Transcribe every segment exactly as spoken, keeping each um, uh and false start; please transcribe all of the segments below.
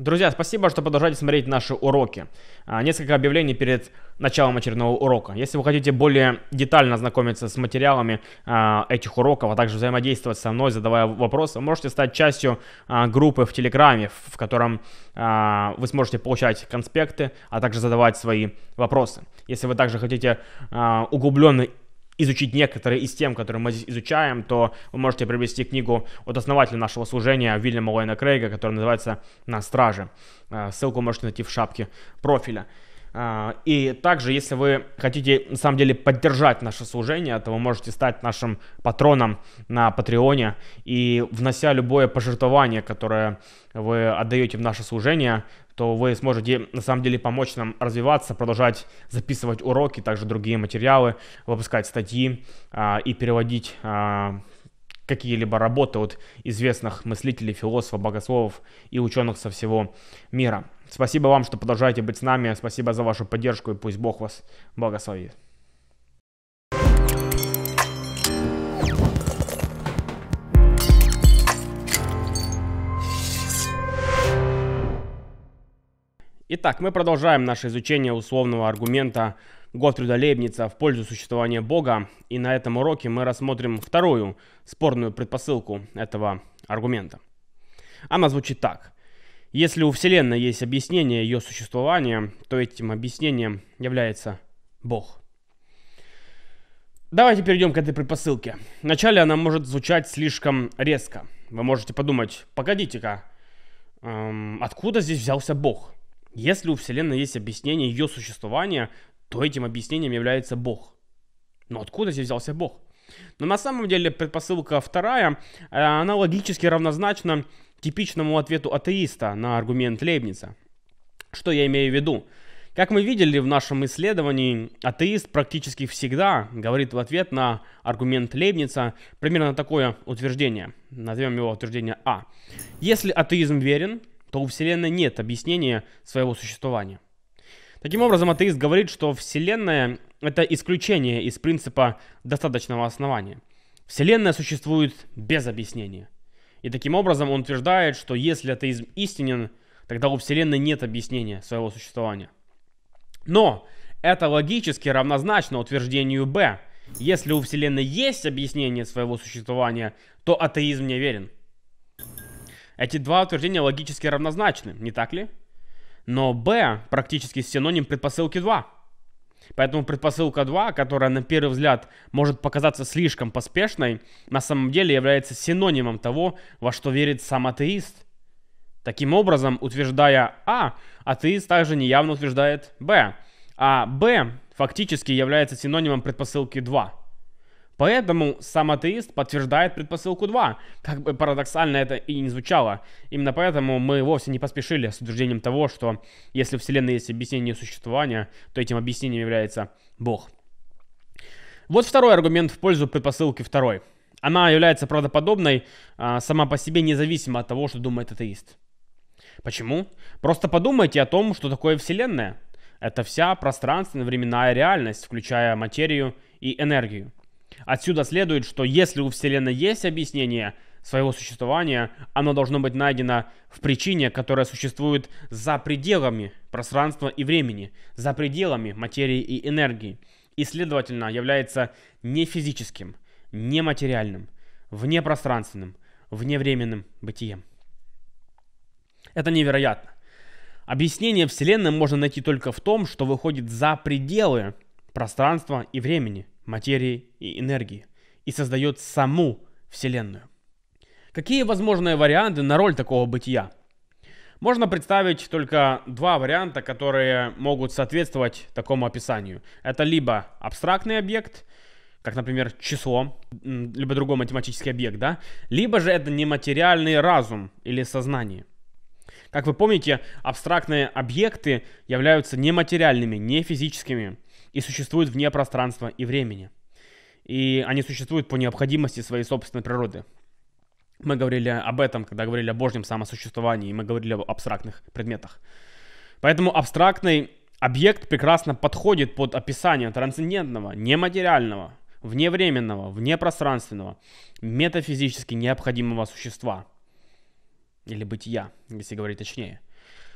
Друзья, спасибо, что продолжаете смотреть наши уроки. А, Несколько объявлений перед началом очередного урока. Если вы хотите более детально ознакомиться с материалами а, этих уроков, а также взаимодействовать со мной, задавая вопросы, вы можете стать частью а, группы в Телеграме, в котором а, вы сможете получать конспекты, а также задавать свои вопросы. Если вы также хотите а, углубленно изучить некоторые из тем, которые мы здесь изучаем, то вы можете приобрести книгу от основателя нашего служения Вильяма Лойна Крейга, которая называется «На страже». Ссылку можете найти в шапке профиля. И также, если вы хотите на самом деле поддержать наше служение, то вы можете стать нашим патроном на Патреоне, и внося любое пожертвование, которое вы отдаете в наше служение, то вы сможете на самом деле помочь нам развиваться, продолжать записывать уроки, также другие материалы, выпускать статьи а, и переводить а, какие-либо работы от известных мыслителей, философов, богословов и ученых со всего мира. Спасибо вам, что продолжаете быть с нами, спасибо за вашу поддержку, и пусть Бог вас благословит. Итак, мы продолжаем наше изучение условного аргумента Готфрида Лейбница в пользу существования Бога, и на этом уроке мы рассмотрим вторую спорную предпосылку этого аргумента. Она звучит так. Если у Вселенной есть объяснение ее существования, то этим объяснением является Бог. Давайте перейдем к этой предпосылке. Вначале она может звучать слишком резко. Вы можете подумать, погодите-ка, эм, откуда здесь взялся Бог? Если у Вселенной есть объяснение ее существования, то этим объяснением является Бог. Но откуда здесь взялся Бог? Но на самом деле предпосылка вторая, она логически равнозначна типичному ответу атеиста на аргумент Лейбница. Что я имею в виду? Как мы видели в нашем исследовании, атеист практически всегда говорит в ответ на аргумент Лейбница примерно такое утверждение. Назовем его утверждение А. Если атеизм верен, то у Вселенной нет объяснения своего существования. Таким образом, атеист говорит, что Вселенная – это исключение из принципа достаточного основания. Вселенная существует без объяснения. И таким образом он утверждает, что если атеизм истинен, тогда у Вселенной нет объяснения своего существования. Но это логически равнозначно утверждению Б. Если у Вселенной есть объяснение своего существования, то атеизм не верен. Эти два утверждения логически равнозначны, не так ли? Но Б практически синоним предпосылки два. Поэтому предпосылка два, которая на первый взгляд может показаться слишком поспешной, на самом деле является синонимом того, во что верит сам атеист. Таким образом, утверждая А, атеист также неявно утверждает Б, а Б фактически является синонимом предпосылки два. Поэтому сам атеист подтверждает предпосылку два, как бы парадоксально это и не звучало. Именно поэтому мы вовсе не поспешили с утверждением того, что если в Вселенной есть объяснение существования, то этим объяснением является Бог. Вот второй аргумент в пользу предпосылки второй. Она является правдоподобной а, сама по себе, независимо от того, что думает атеист. Почему? Просто подумайте о том, что такое Вселенная. Это вся пространственно-временная реальность, включая материю и энергию. Отсюда следует, что если у Вселенной есть объяснение своего существования, оно должно быть найдено в причине, которая существует за пределами пространства и времени, за пределами материи и энергии, и, следовательно, является не физическим, не материальным, внепространственным, вневременным бытием. Это невероятно. Объяснение Вселенной можно найти только в том, что выходит за пределы пространства и времени, материи и энергии, и создает саму Вселенную. Какие возможные варианты на роль такого бытия? Можно представить только два варианта, которые могут соответствовать такому описанию. Это либо абстрактный объект, как, например, число, либо другой математический объект, да? Либо же это нематериальный разум или сознание. Как вы помните, абстрактные объекты являются нематериальными, не физическими, и существуют вне пространства и времени. И они существуют по необходимости своей собственной природы. Мы говорили об этом, когда говорили о Божьем самосуществовании, и мы говорили об абстрактных предметах. Поэтому абстрактный объект прекрасно подходит под описание трансцендентного, нематериального, вневременного, внепространственного, метафизически необходимого существа. Или бытия, если говорить точнее.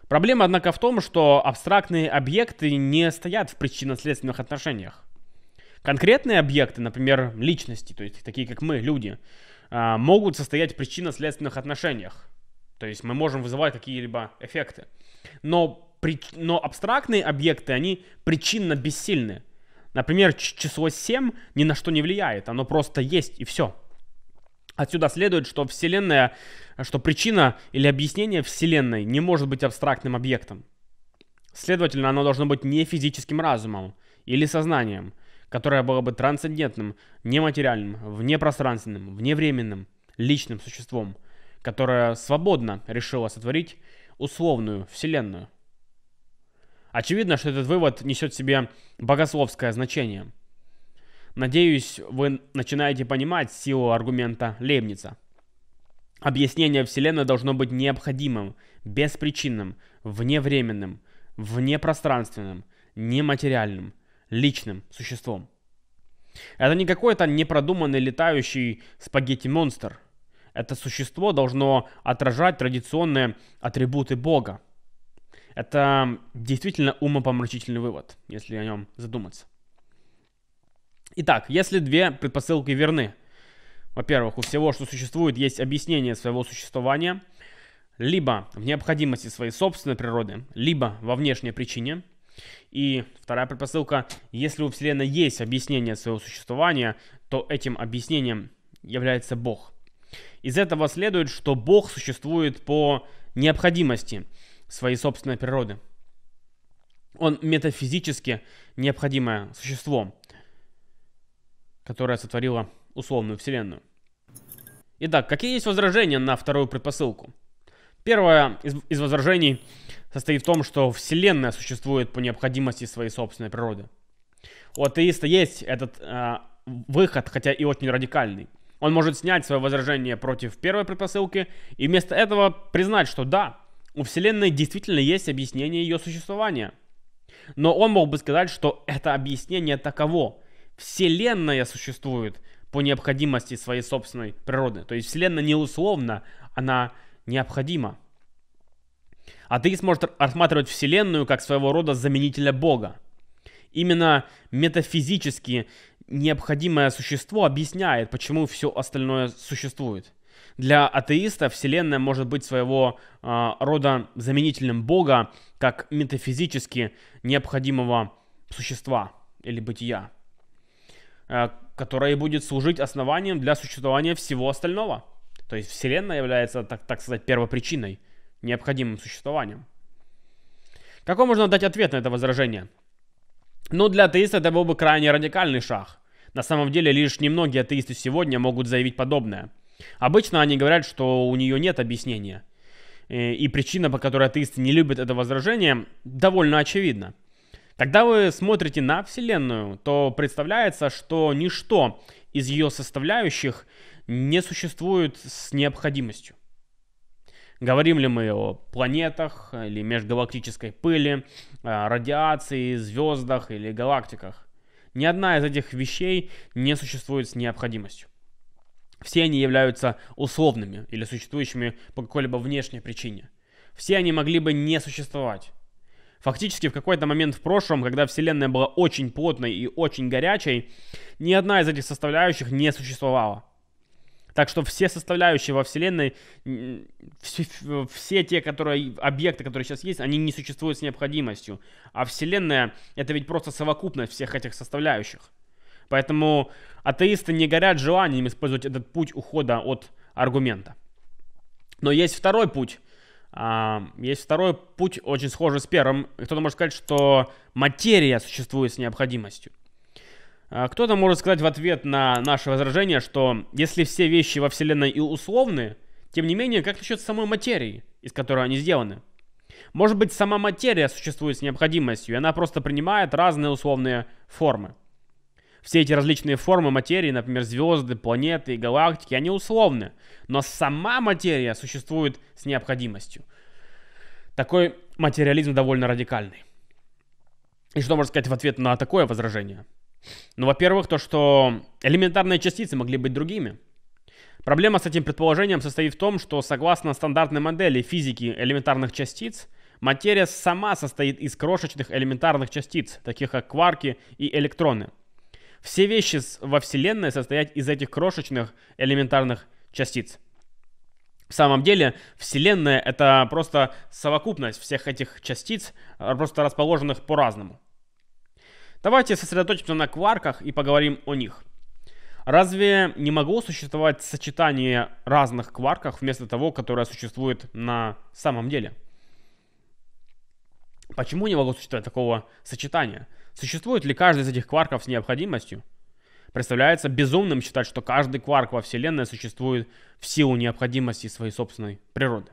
Проблема, однако, в том, что абстрактные объекты не стоят в причинно-следственных отношениях. Конкретные объекты, например, личности, то есть такие как мы, люди, могут состоять в причинно-следственных отношениях. То есть мы можем вызывать какие-либо эффекты. Но, при... Но абстрактные объекты, они причинно бессильны. Например, число семь ни на что не влияет, оно просто есть и все. Отсюда следует, что Вселенная, что причина или объяснение Вселенной не может быть абстрактным объектом. Следовательно, оно должно быть не физическим разумом или сознанием, которое было бы трансцендентным, нематериальным, внепространственным, вневременным, личным существом, которое свободно решило сотворить условную Вселенную. Очевидно, что этот вывод несет в себе богословское значение. Надеюсь, вы начинаете понимать силу аргумента Лейбница. Объяснение Вселенной должно быть необходимым, беспричинным, вневременным, внепространственным, нематериальным, личным существом. Это не какой-то непродуманный летающий спагетти-монстр. Это существо должно отражать традиционные атрибуты Бога. Это действительно умопомрачительный вывод, если о нем задуматься. Итак, если две предпосылки верны, во-первых, у всего, что существует, есть объяснение своего существования, либо в необходимости своей собственной природы, либо во внешней причине. И вторая предпосылка, если у Вселенной есть объяснение своего существования, то этим объяснением является Бог. Из этого следует, что Бог существует по необходимости своей собственной природы. Он метафизически необходимое существо, которое сотворило условную Вселенную. Итак, какие есть возражения на вторую предпосылку? Первое из, из возражений состоит в том, что Вселенная существует по необходимости своей собственной природы. У атеиста есть этот э, выход, хотя и очень радикальный. Он может снять свое возражение против первой предпосылки и вместо этого признать, что да, у Вселенной действительно есть объяснение ее существования. Но он мог бы сказать, что это объяснение таково. Вселенная существует по необходимости своей собственной природы. То есть Вселенная не условна, она необходима. Атеист может рассматривать Вселенную как своего рода заменителя Бога. Именно метафизически необходимое существо объясняет, почему все остальное существует. Для атеиста Вселенная может быть своего э, рода заменителем Бога как метафизически необходимого существа или бытия, э, которое будет служить основанием для существования всего остального. То есть Вселенная является, так, так сказать, первопричиной, необходимым существованием. Какой можно дать ответ на это возражение? Ну, для атеиста это был бы крайне радикальный шаг. На самом деле, лишь немногие атеисты сегодня могут заявить подобное. Обычно они говорят, что у нее нет объяснения. И причина, по которой атеисты не любят это возражение, довольно очевидна. Когда вы смотрите на Вселенную, то представляется, что ничто из ее составляющих не существует с необходимостью. Говорим ли мы о планетах или межгалактической пыли, радиации, звездах или галактиках? Ни одна из этих вещей не существует с необходимостью. Все они являются условными или существующими по какой-либо внешней причине. Все они могли бы не существовать. Фактически в какой-то момент в прошлом, когда Вселенная была очень плотной и очень горячей, ни одна из этих составляющих не существовала. Так что все составляющие во Вселенной, все, все те которые, объекты, которые сейчас есть, они не существуют с необходимостью. А Вселенная — это ведь просто совокупность всех этих составляющих. Поэтому атеисты не горят желанием использовать этот путь ухода от аргумента. Но есть второй путь. А, есть второй путь, очень схожий с первым. Кто-то может сказать, что материя существует с необходимостью. А, кто-то может сказать в ответ на наше возражение, что если все вещи во Вселенной и условны, тем не менее, как насчет самой материи, из которой они сделаны? Может быть, сама материя существует с необходимостью, и она просто принимает разные условные формы. Все эти различные формы материи, например, звезды, планеты и галактики, они условны. Но сама материя существует с необходимостью. Такой материализм довольно радикальный. И что можно сказать в ответ на такое возражение? Ну, во-первых, то, что элементарные частицы могли быть другими. Проблема с этим предположением состоит в том, что согласно стандартной модели физики элементарных частиц, Материя сама состоит из крошечных элементарных частиц, таких как кварки и электроны. Все вещи во Вселенной состоят из этих крошечных элементарных частиц. В самом деле, Вселенная — это просто совокупность всех этих частиц, просто расположенных по-разному. Давайте сосредоточимся на кварках и поговорим о них. Разве не могло существовать сочетание разных кварков вместо того, которое существует на самом деле? Почему не могло существовать такого сочетания? Существует ли каждый из этих кварков с необходимостью? Представляется безумным считать, что каждый кварк во Вселенной существует в силу необходимости своей собственной природы.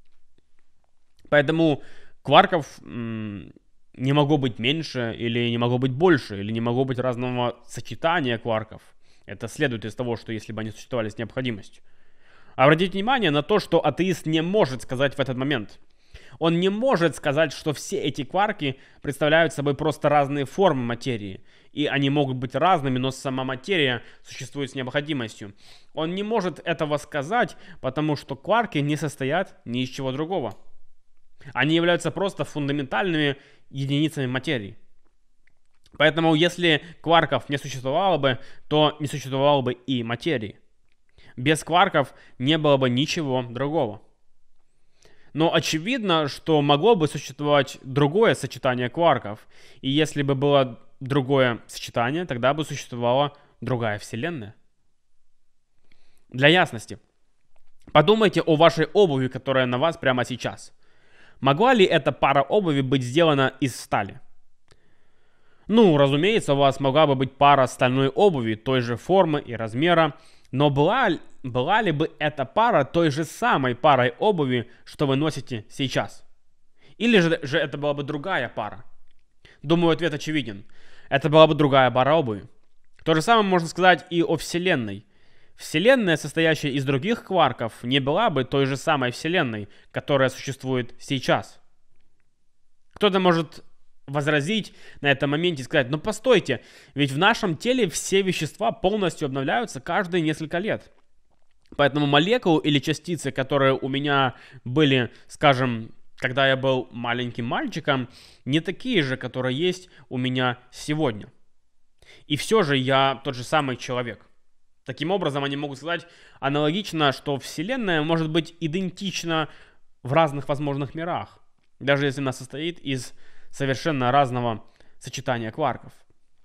Поэтому кварков м- не могло быть меньше, или не могло быть больше, или не могло быть разного сочетания кварков. Это следует из того, что если бы они существовали с необходимостью. Обратите внимание на то, что атеист не может сказать в этот момент. Он не может сказать, что все эти кварки представляют собой просто разные формы материи. И они могут быть разными, но сама материя существует с необходимостью. Он не может этого сказать, потому что кварки не состоят ни из чего другого. Они являются просто фундаментальными единицами материи. Поэтому если кварков не существовало бы, то не существовало бы и материи. Без кварков не было бы ничего другого. Но очевидно, что могло бы существовать другое сочетание кварков. И если бы было другое сочетание, тогда бы существовала другая Вселенная. Для ясности, подумайте о вашей обуви, которая на вас прямо сейчас. Могла ли эта пара обуви быть сделана из стали? Ну, разумеется, у вас могла бы быть пара стальной обуви той же формы и размера, но была, была ли бы эта пара той же самой парой обуви, что вы носите сейчас? Или же, же это была бы другая пара? Думаю, ответ очевиден. Это была бы другая пара обуви. То же самое можно сказать и о Вселенной. Вселенная, состоящая из других кварков, не была бы той же самой Вселенной, которая существует сейчас. Кто-то может возразить на этом моменте и сказать: ну постойте, ведь в нашем теле все вещества полностью обновляются каждые несколько лет. Поэтому молекулы или частицы, которые у меня были, скажем, когда я был маленьким мальчиком, не такие же, которые есть у меня сегодня. И все же я тот же самый человек. Таким образом, они могут сказать аналогично, что Вселенная может быть идентична в разных возможных мирах, даже если она состоит из совершенно разного сочетания кварков.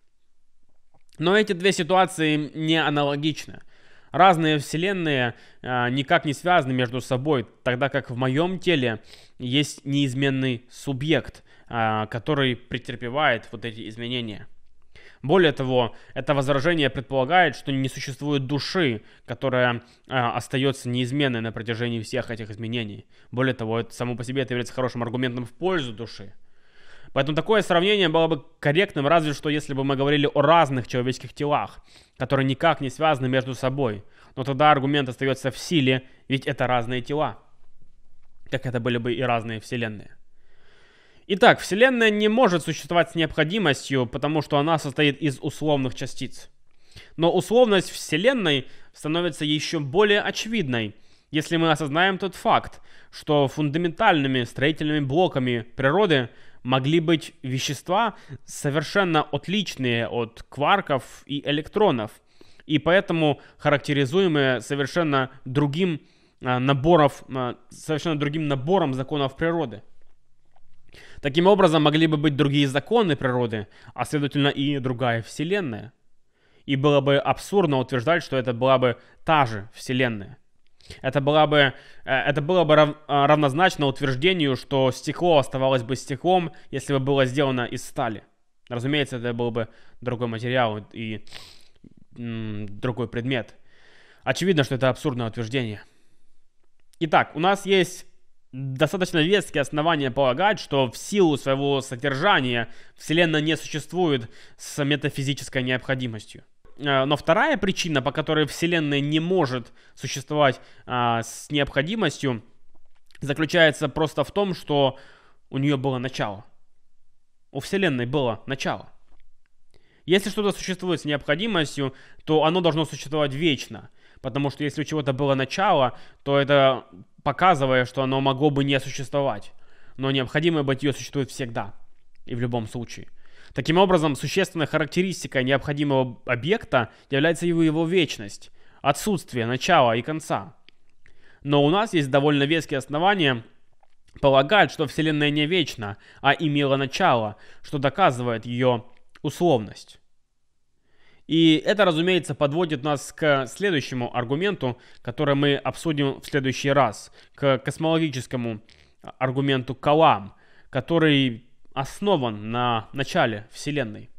Но эти две ситуации не аналогичны. Разные вселенные а, никак не связаны между собой, тогда как в моем теле есть неизменный субъект, а, который претерпевает вот эти изменения. Более того, это возражение предполагает, что не существует души, которая а, остается неизменной на протяжении всех этих изменений. Более того, это само по себе это является хорошим аргументом в пользу души. Поэтому такое сравнение было бы корректным, разве что если бы мы говорили о разных человеческих телах, которые никак не связаны между собой. Но тогда аргумент остается в силе, ведь это разные тела. Как это были бы и разные вселенные. Итак, Вселенная не может существовать с необходимостью, потому что она состоит из условных частиц. Но условность Вселенной становится еще более очевидной, если мы осознаем тот факт, что фундаментальными строительными блоками природы могли быть вещества, совершенно отличные от кварков и электронов, и поэтому характеризуемые совершенно другим, а, наборов, а, совершенно другим набором законов природы. Таким образом, могли бы быть другие законы природы, а следовательно и другая Вселенная. И было бы абсурдно утверждать, что это была бы та же Вселенная. Это, была бы, это было бы рав, равнозначно утверждению, что стекло оставалось бы стеклом, если бы было сделано из стали. Разумеется, это был бы другой материал и м, другой предмет. Очевидно, что это абсурдное утверждение. Итак, у нас есть достаточно веские основания полагать, что в силу своего содержания Вселенная не существует с метафизической необходимостью. Но вторая причина, по которой Вселенная не может существовать а, с необходимостью, заключается просто в том, что у нее было начало. У Вселенной было начало. Если что-то существует с необходимостью, то оно должно существовать вечно. Потому что если у чего-то было начало, то это показывает, что оно могло бы не существовать. но необходимое бытие существует всегда и в любом случае. Таким образом, существенной характеристикой необходимого объекта является его, его вечность, отсутствие начала и конца. Но у нас есть довольно веские основания полагать, что Вселенная не вечна, а имела начало, что доказывает ее условность. И это, разумеется, подводит нас к следующему аргументу, который мы обсудим в следующий раз, к космологическому аргументу Калам, который основан на начале Вселенной.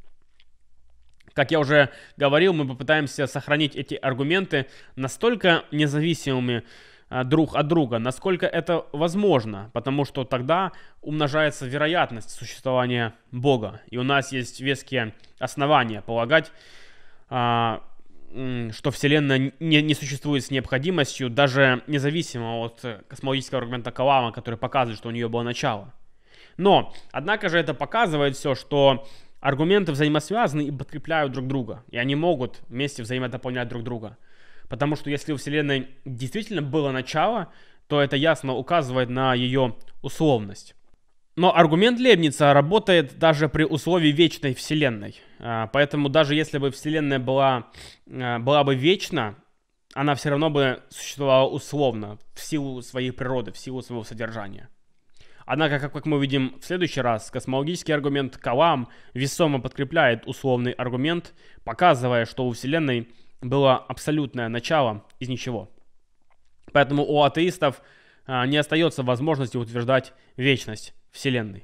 Как я уже говорил, мы попытаемся сохранить эти аргументы настолько независимыми друг от друга, насколько это возможно, потому что тогда умножается вероятность существования Бога. И у нас есть веские основания полагать, что Вселенная не, не существует с необходимостью, даже независимо от космологического аргумента Калама, который показывает, что у нее было начало. Но, однако же это показывает все, что аргументы взаимосвязаны и подкрепляют друг друга, и они могут вместе взаимодополнять друг друга. Потому что если у Вселенной действительно было начало, то это ясно указывает на ее условность. Но аргумент Лейбница работает даже при условии вечной Вселенной. Поэтому даже если бы Вселенная была, была бы вечна, она все равно бы существовала условно, в силу своей природы, в силу своего содержания. Однако, как мы увидим в следующий раз, космологический аргумент Калам весомо подкрепляет условный аргумент, показывая, что у Вселенной было абсолютное начало из ничего. Поэтому у атеистов а, не остается возможности утверждать вечность Вселенной.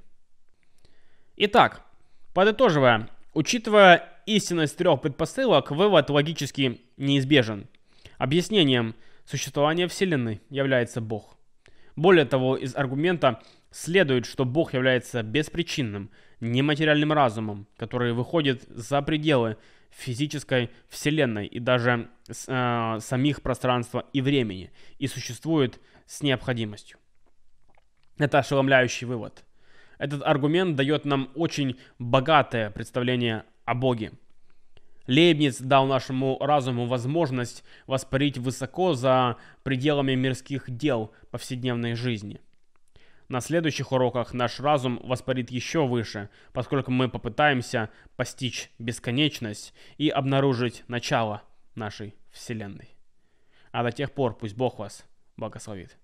Итак, подытоживая, учитывая истинность трех предпосылок, вывод логически неизбежен. Объяснением существования Вселенной является Бог. Более того, из аргумента следует, что Бог является беспричинным, нематериальным разумом, который выходит за пределы физической Вселенной и даже э, самих пространства и времени, и существует с необходимостью. Это ошеломляющий вывод. Этот аргумент дает нам очень богатое представление о Боге. Лейбниц дал нашему разуму возможность воспарить высоко за пределами мирских дел повседневной жизни. На следующих уроках наш разум воспарит еще выше, поскольку мы попытаемся постичь бесконечность и обнаружить начало нашей Вселенной. А до тех пор пусть Бог вас благословит.